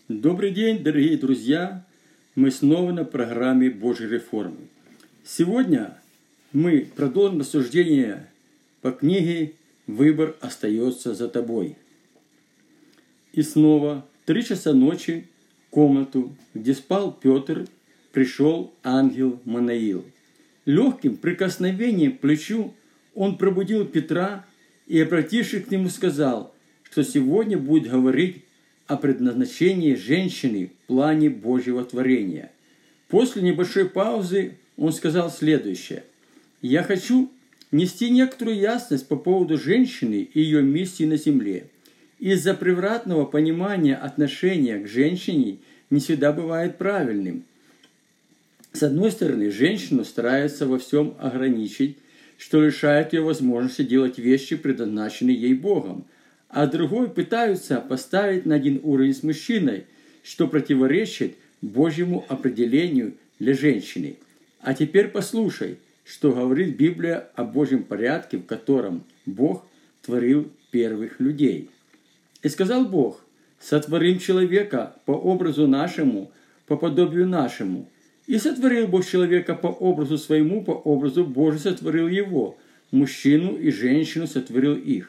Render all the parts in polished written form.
Добрый день, дорогие друзья! Мы снова на программе Божьей реформы. Сегодня мы продолжим рассуждение по книге «Выбор остается за тобой». И снова в 3 часа ночи в комнату, где спал Петр, пришел ангел Манаил. Легким прикосновением к плечу он пробудил Петра и, обратившись к нему, сказал, что сегодня будет говорить о предназначении женщины в плане Божьего творения. После небольшой паузы он сказал следующее. «Я хочу нести некоторую ясность по поводу женщины и ее миссии на земле. Из-за превратного понимания отношения к женщине не всегда бывает правильным. С одной стороны, женщину стараются во всем ограничить, что лишает ее возможности делать вещи, предназначенные ей Богом, а другой пытаются поставить на один уровень с мужчиной, что противоречит Божьему определению для женщины. А теперь послушай, что говорит Библия о Божьем порядке, в котором Бог творил первых людей. «И сказал Бог, сотворим человека по образу нашему, по подобию нашему. И сотворил Бог человека по образу своему, по образу Божию сотворил его, мужчину и женщину сотворил их».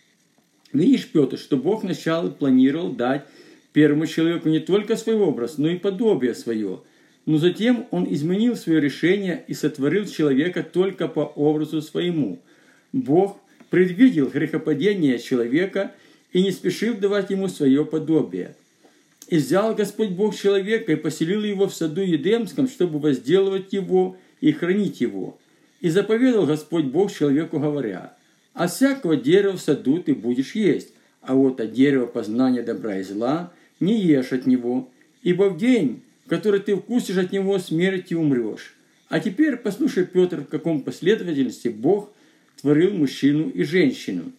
Видишь, Петр, что Бог сначала планировал дать первому человеку не только свой образ, но и подобие свое. Но затем он изменил свое решение и сотворил человека только по образу своему. Бог предвидел грехопадение человека и не спешил давать ему свое подобие. «И взял Господь Бог человека и поселил его в саду Едемском, чтобы возделывать его и хранить его. И заповедал Господь Бог человеку, говоря: от всякого дерева в саду ты будешь есть, а вот от дерева познания добра и зла не ешь от него, ибо в день, в который ты вкусишь от него, смертью умрешь». А теперь послушай, Петр, в каком последовательности Бог творил мужчину и женщину.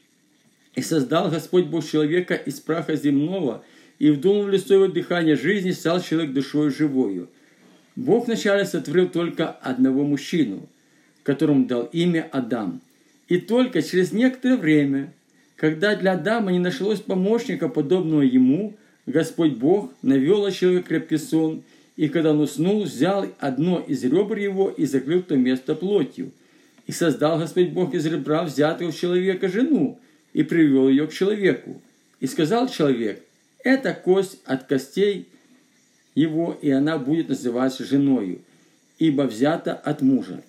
«И создал Господь Бог человека из праха земного, и вдунул в лицо его дыхание жизни, стал человек душою живою». Бог вначале сотворил только одного мужчину, которому дал имя Адам. И только через некоторое время, когда для Адама не нашлось помощника, подобного ему, Господь Бог навел на человека крепкий сон, и когда он уснул, взял одно из ребер его и закрыл то место плотью. И создал Господь Бог из ребра взятого у человека жену, и привел ее к человеку. И сказал человек: это кость от костей его, и она будет называться женою, ибо взята от мужа.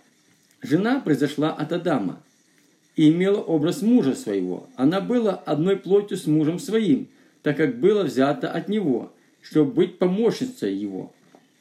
Жена произошла от Адама и имела образ мужа своего. Она была одной плотью с мужем своим, так как была взята от него, чтобы быть помощницей его.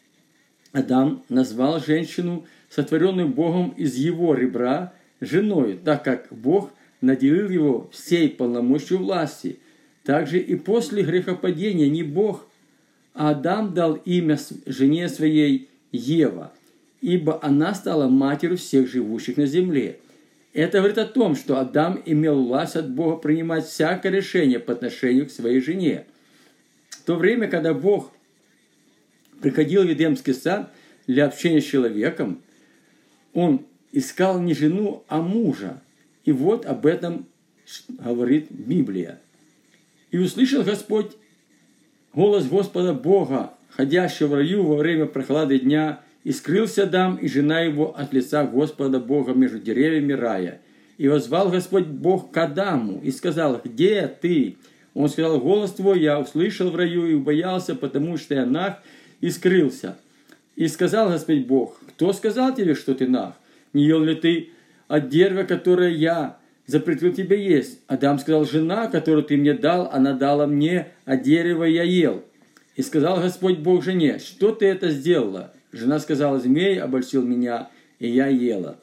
Адам назвал женщину, сотворенную Богом из его ребра, женой, так как Бог наделил его всей полномочию власти. Также и после грехопадения не Бог, а Адам дал имя жене своей Ева, ибо она стала матерью всех живущих на земле. Это говорит о том, что Адам имел власть от Бога принимать всякое решение по отношению к своей жене. В то время, когда Бог приходил в Едемский сад для общения с человеком, он искал не жену, а мужа. И вот об этом говорит Библия. «И услышал Господь голос Господа Бога, ходящего в раю во время прохлады дня, и скрылся Адам и жена его от лица Господа Бога между деревьями рая. И воззвал Господь Бог к Адаму и сказал: где ты? Он сказал: голос твой я услышал в раю и убоялся, потому что я наг, и скрылся. И сказал Господь Бог: кто сказал тебе, что ты наг? Не ел ли ты от дерева, которое я запретил тебе есть? Адам сказал: жена, которую ты мне дал, она дала мне, а дерево я ел. И сказал Господь Бог жене: что ты это сделала? Жена сказала: змей обольстил меня, и я ела.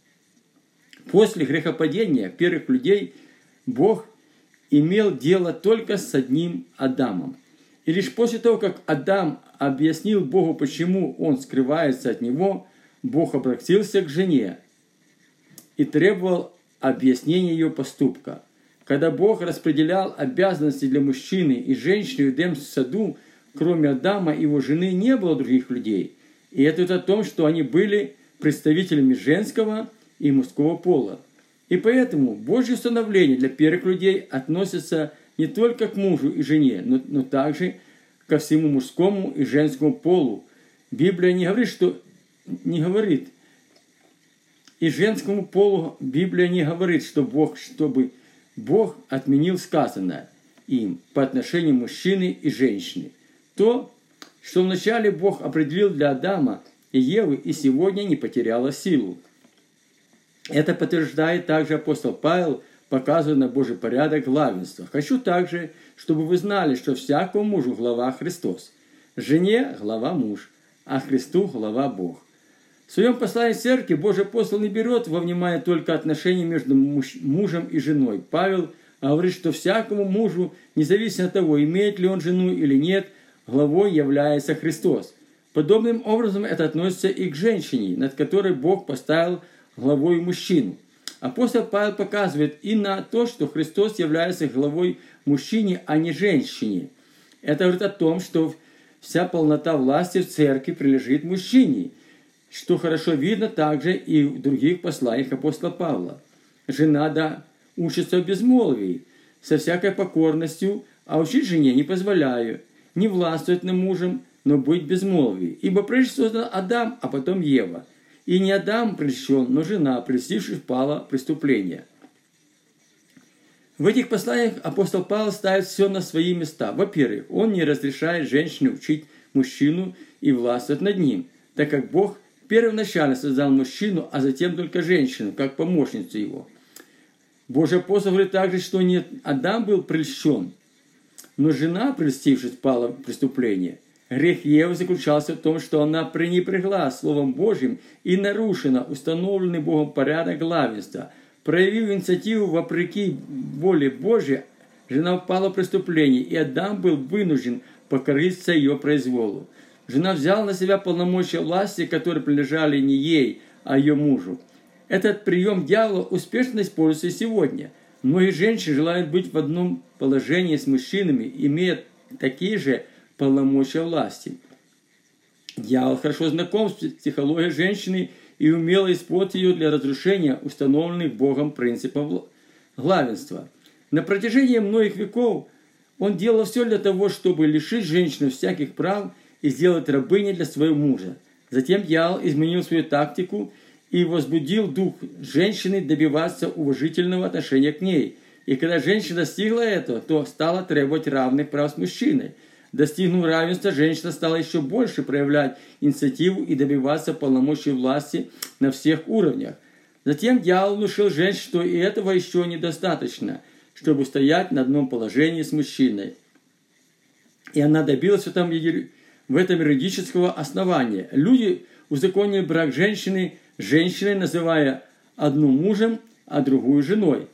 После грехопадения первых людей Бог имел дело только с одним Адамом. И лишь после того, как Адам объяснил Богу, почему он скрывается от него, Бог обратился к жене и требовал объяснения ее поступка. Когда Бог распределял обязанности для мужчины и женщины в Эдемском саду, кроме Адама и его жены не было других людей. И это говорит о том, что они были представителями женского и мужского пола. И поэтому Божье установление для первых людей относится не только к мужу и жене, но также ко всему мужскому и женскому полу. Библия не говорит, и женскому полу Библия не говорит, чтобы Бог отменил сказанное им по отношению мужчины и женщины. То, что вначале Бог определил для Адама и Евы, и сегодня не потеряло силу. Это подтверждает также апостол Павел, показывая на Божий порядок главенства. Хочу также, чтобы вы знали, что всякому мужу глава Христос, жене глава муж, а Христу глава Бог. В своем послании к церкви Божий апостол не берет во внимание только отношения между мужем и женой. Павел говорит, что всякому мужу, независимо от того, имеет ли он жену или нет, главой является Христос. Подобным образом это относится и к женщине, над которой Бог поставил главой мужчину. Апостол Павел показывает и на то, что Христос является главой мужчине, а не женщине. Это говорит о том, что вся полнота власти в церкви прилежит мужчине, что хорошо видно также и в других посланиях апостола Павла. Жена учится в безмолвии, со всякой покорностью, а учить жене не позволяю, не властвовать над мужем, но быть в безмолвии. Ибо прежде создан Адам, а потом Ева. И не Адам прельщен, но жена, прельстившись, впала в преступление. В этих посланиях апостол Павел ставит все на свои места. Во-первых, он не разрешает женщине учить мужчину и властвовать над ним, так как Бог первоначально создал мужчину, а затем только женщину, как помощницу его. Божий апостол говорит также, что не Адам был прельщен, но жена, прельстившись, впала в преступление. Грех Евы заключался в том, что она пренебрегла Словом Божьим и нарушила установленный Богом порядок главенства. Проявив инициативу вопреки воле Божьей, жена впала в преступление, и Адам был вынужден покориться ее произволу. Жена взяла на себя полномочия власти, которые принадлежали не ей, а ее мужу. Этот прием дьявола успешно используется и сегодня. Многие женщины желают быть в одном положении с мужчинами, имея такие же полномочия власти. Дьявол хорошо знаком с психологией женщины и умело использует ее для разрушения установленных Богом принципов главенства. На протяжении многих веков он делал все для того, чтобы лишить женщину всяких прав и сделать рабыней для своего мужа. Затем дьявол изменил свою тактику и возбудил дух женщины добиваться уважительного отношения к ней. И когда женщина достигла этого, то стала требовать равных прав с мужчиной. Достигнув равенства, женщина стала еще больше проявлять инициативу и добиваться полномочий власти на всех уровнях. Затем дьявол внушил женщине, что и этого еще недостаточно, чтобы стоять на одном положении с мужчиной. И она добилась в этом юридического основания. Люди узаконили брак женщиной, называя одну мужем, а другую женой.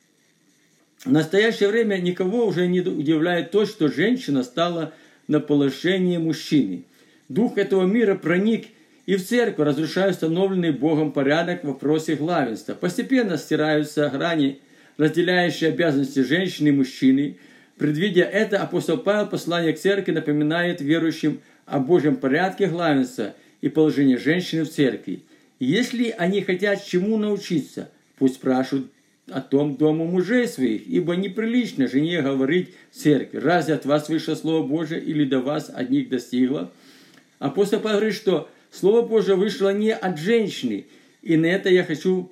В настоящее время никого уже не удивляет то, что женщина стала на положение мужчины. Дух этого мира проник и в церковь, разрушая установленный Богом порядок в вопросе главенства. Постепенно стираются грани, разделяющие обязанности женщины и мужчины. Предвидя это, апостол Павел, послание к церкви, напоминает верующим о Божьем порядке главенства и положении женщины в церкви. Если они хотят чему научиться, пусть спрашивают о том дому мужей своих, ибо неприлично жене говорить в церкви: разве от вас вышло Слово Божие или до вас одних достигло? Апостол Павел говорит, что Слово Божие вышло не от женщины, и на это я хочу,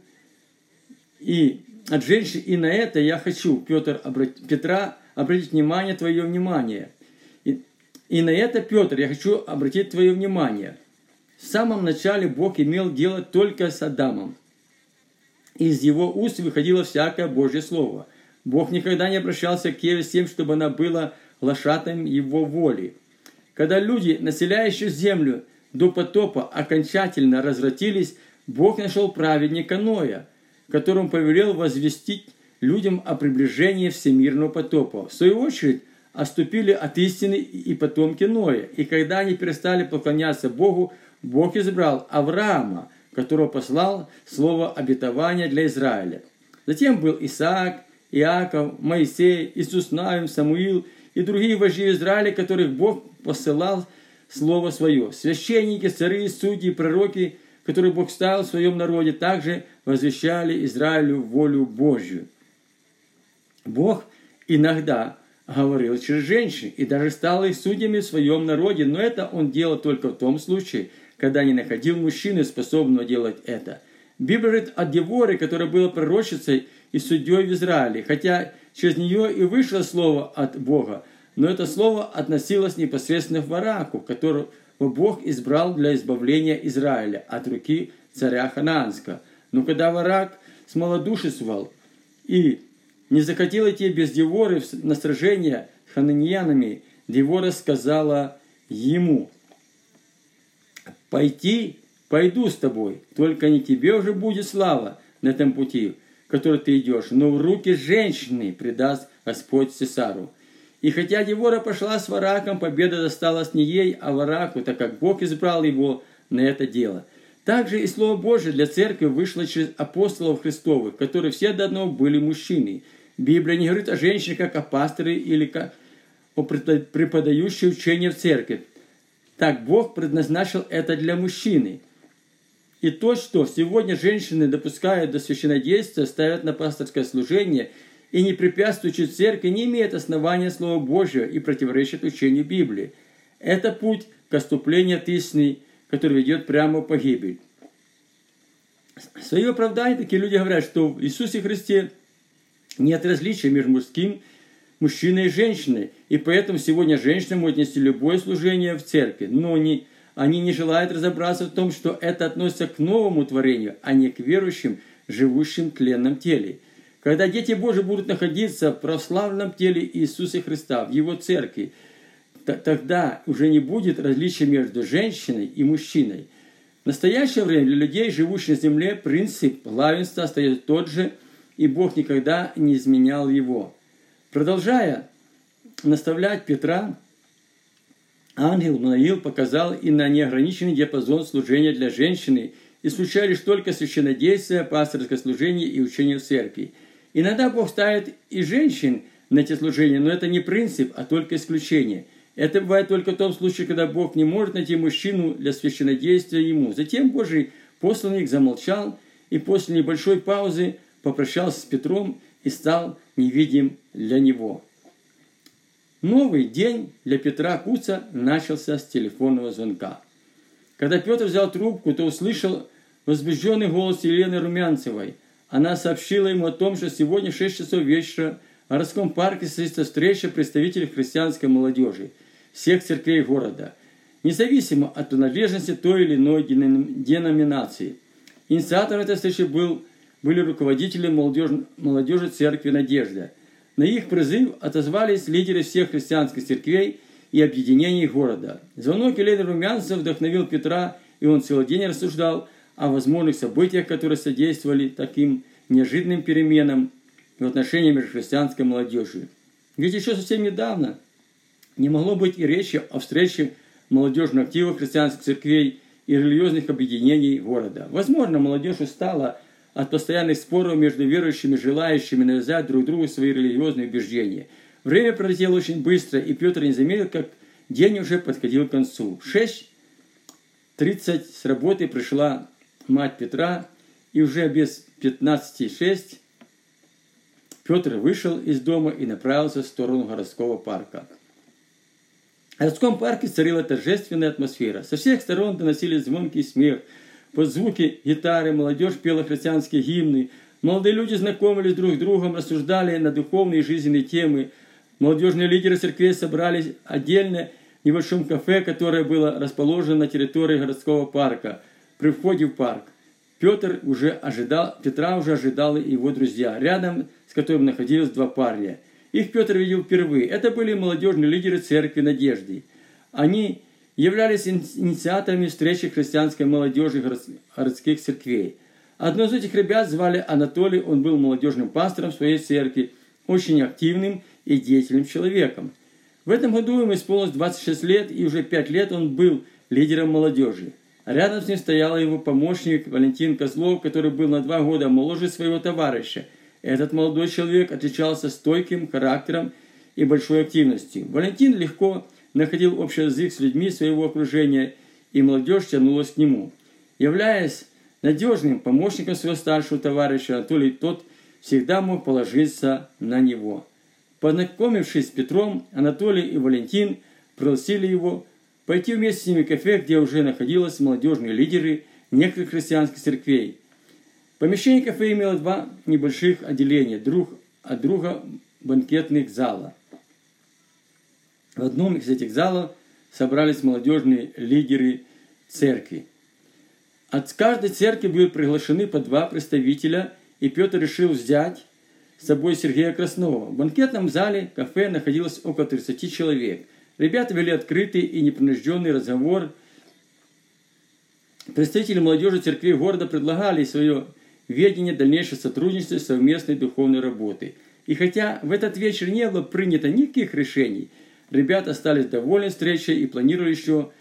Петра, обратить внимание, твое внимание. И на это, Петр, я хочу обратить твое внимание. В самом начале Бог имел дело только с Адамом. Из его уст выходило всякое Божье Слово. Бог никогда не обращался к Еве с тем, чтобы она была глашатаем его воли. Когда люди, населяющие землю до потопа, окончательно развратились, Бог нашел праведника Ноя, которому повелел возвестить людям о приближении всемирного потопа. В свою очередь, отступили от истины и потомки Ноя. И когда они перестали поклоняться Богу, Бог избрал Авраама, которого послал слово обетования для Израиля. Затем был Исаак, Иаков, Моисей, Иисус Навин, Самуил и другие вожди Израиля, которых Бог посылал слово свое. Священники, цари, судьи, пророки, которых Бог ставил в своем народе, также возвещали Израилю волю Божью. Бог иногда говорил через женщин и даже стал их судьями в своем народе, но это он делал только в том случае, когда не находил мужчины, способного делать это. Библия говорит о Деворе, которая была пророчицей и судьей в Израиле, хотя через нее и вышло слово от Бога, но это слово относилось непосредственно к Вараку, которого Бог избрал для избавления Израиля от руки царя Ханаанского. Но когда Варак смолодушествовал и не захотел идти без Деворы на сражение с хананеянами, Девора сказала ему: «Пойду с тобой, только не тебе уже будет слава на этом пути, в который ты идешь, но в руки женщины предаст Господь Сесару». И хотя Девора пошла с Вараком, победа досталась не ей, а Вараку, так как Бог избрал его на это дело. Также и Слово Божие для церкви вышло через апостолов Христовых, которые все до одного были мужчины. Библия не говорит о женщине как о пасторе или как о преподающей учение в церкви. Так Бог предназначил это для мужчины. И то, что сегодня женщины допускают до священнодействия, ставят на пасторское служение и не препятствуют церкви, не имеет основания Слова Божьего и противоречит учению Библии. Это путь к отступлению от истины, который ведет прямо в погибель. В свое оправдание такие люди говорят, что в Иисусе Христе нет различия между мужчиной и женщиной, и поэтому сегодня женщина может нести любое служение в церкви, но они не желают разобраться в том, что это относится к новому творению, а не к верующим, живущим в тленном теле. Когда дети Божьи будут находиться в прославленном теле Иисуса Христа, в Его церкви, тогда уже не будет различия между женщиной и мужчиной. В настоящее время для людей, живущих на земле, принцип равенства остается тот же, и Бог никогда не изменял его. Продолжая наставлять Петра, ангел Михаил показал и на неограниченный диапазон служения для женщины, исключая лишь только священнодействие, пасторское служение и учение в церкви. Иногда Бог ставит и женщин на эти служения, но это не принцип, а только исключение. Это бывает только в том случае, когда Бог не может найти мужчину для священнодействия ему. Затем Божий посланник замолчал и после небольшой паузы попрощался с Петром и стал невидим для него. Новый день для Петра Куца начался с телефонного звонка. Когда Петр взял трубку, то услышал возбужденный голос Елены Румянцевой. Она сообщила ему о том, что сегодня в 6 часов вечера в городском парке состоится встреча представителей христианской молодежи всех церквей города, независимо от принадлежности той или иной деноминации. Инициатором этой встречи были руководители молодежи церкви «Надежда». На их призыв отозвались лидеры всех христианских церквей и объединений города. Звонок Елены Румянцевой вдохновил Петра, и он целый день рассуждал о возможных событиях, которые содействовали таким неожиданным переменам в отношениях между христианской молодежью. Ведь еще совсем недавно не могло быть и речи о встрече молодежных активов христианских церквей и религиозных объединений города. Возможно, молодежь устала от постоянных споров между верующими, желающими навязать друг другу свои религиозные убеждения. Время пролетело очень быстро, и Петр не заметил, как день уже подходил к концу. В 6:30 с работы пришла мать Петра, и уже без 15:06 Петр вышел из дома и направился в сторону городского парка. В городском парке царила торжественная атмосфера. Со всех сторон доносились звонкий смех, под звуки гитары, молодежь пела христианские гимны, молодые люди знакомились друг с другом, рассуждали на духовные и жизненные темы. Молодежные лидеры церквей собрались отдельно в небольшом кафе, которое было расположено на территории городского парка. При входе в парк Петра уже ожидали его друзья, рядом с которым находились два парня. Их Петр видел впервые. Это были молодежные лидеры церкви Надежды. Они являлись инициаторами встречи христианской молодежи городских церквей. Одного из этих ребят звали Анатолий, он был молодежным пастором своей церкви, очень активным и деятельным человеком. В этом году ему исполнилось 26 лет, и уже 5 лет он был лидером молодежи. Рядом с ним стоял его помощник Валентин Козлов, который был на 2 года моложе своего товарища. Этот молодой человек отличался стойким характером и большой активностью. Валентин легко находил общий язык с людьми своего окружения, и молодежь тянулась к нему. Являясь надежным помощником своего старшего товарища, Анатолий тот всегда мог положиться на него. Познакомившись с Петром, Анатолий и Валентин пригласили его пойти вместе с ними в кафе, где уже находились молодежные лидеры некоторых христианских церквей. Помещение кафе имело два небольших отделения, друг от друга банкетных зала. В одном из этих залов собрались молодежные лидеры церкви. От каждой церкви были приглашены по 2 представителя, и Петр решил взять с собой Сергея Краснова. В банкетном зале кафе находилось около 30 человек. Ребята вели открытый и непринужденный разговор. Представители молодежи церкви города предлагали свое видение дальнейшего сотрудничества и совместной духовной работы. И хотя в этот вечер не было принято никаких решений, ребята остались довольны встречей и планировали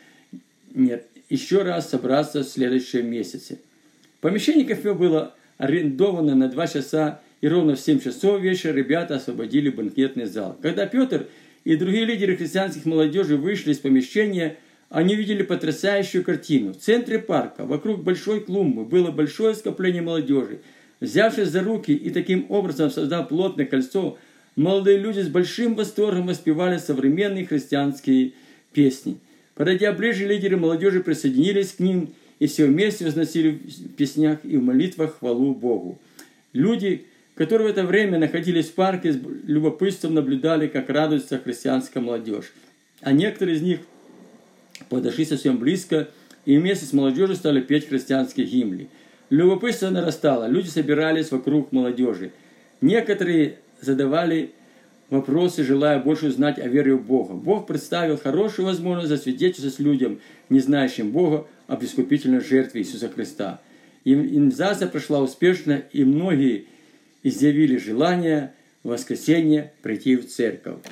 еще раз собраться в следующем месяце. Помещение кафе было арендовано на 2 часа, и ровно в 7 часов вечера ребята освободили банкетный зал. Когда Петр и другие лидеры христианских молодежи вышли из помещения, они видели потрясающую картину. В центре парка, вокруг большой клумбы, было большое скопление молодежи. Взявшись за руки и таким образом создав плотное кольцо, молодые люди с большим восторгом воспевали современные христианские песни. Подойдя ближе, лидеры молодежи присоединились к ним и все вместе возносили в песнях и в молитвах хвалу Богу. Люди, которые в это время находились в парке, с любопытством наблюдали, как радуется христианская молодежь. А некоторые из них подошли совсем близко и вместе с молодежью стали петь христианские гимны. Любопытство нарастало, люди собирались вокруг молодежи. Некоторые задавали вопросы, желая больше узнать о вере в Бога. Бог представил хорошую возможность засвидетельствовать людям, не знающим Бога, об искупительной жертве Иисуса Христа. Инициация прошла успешно, и многие изъявили желание в воскресенье прийти в церковь.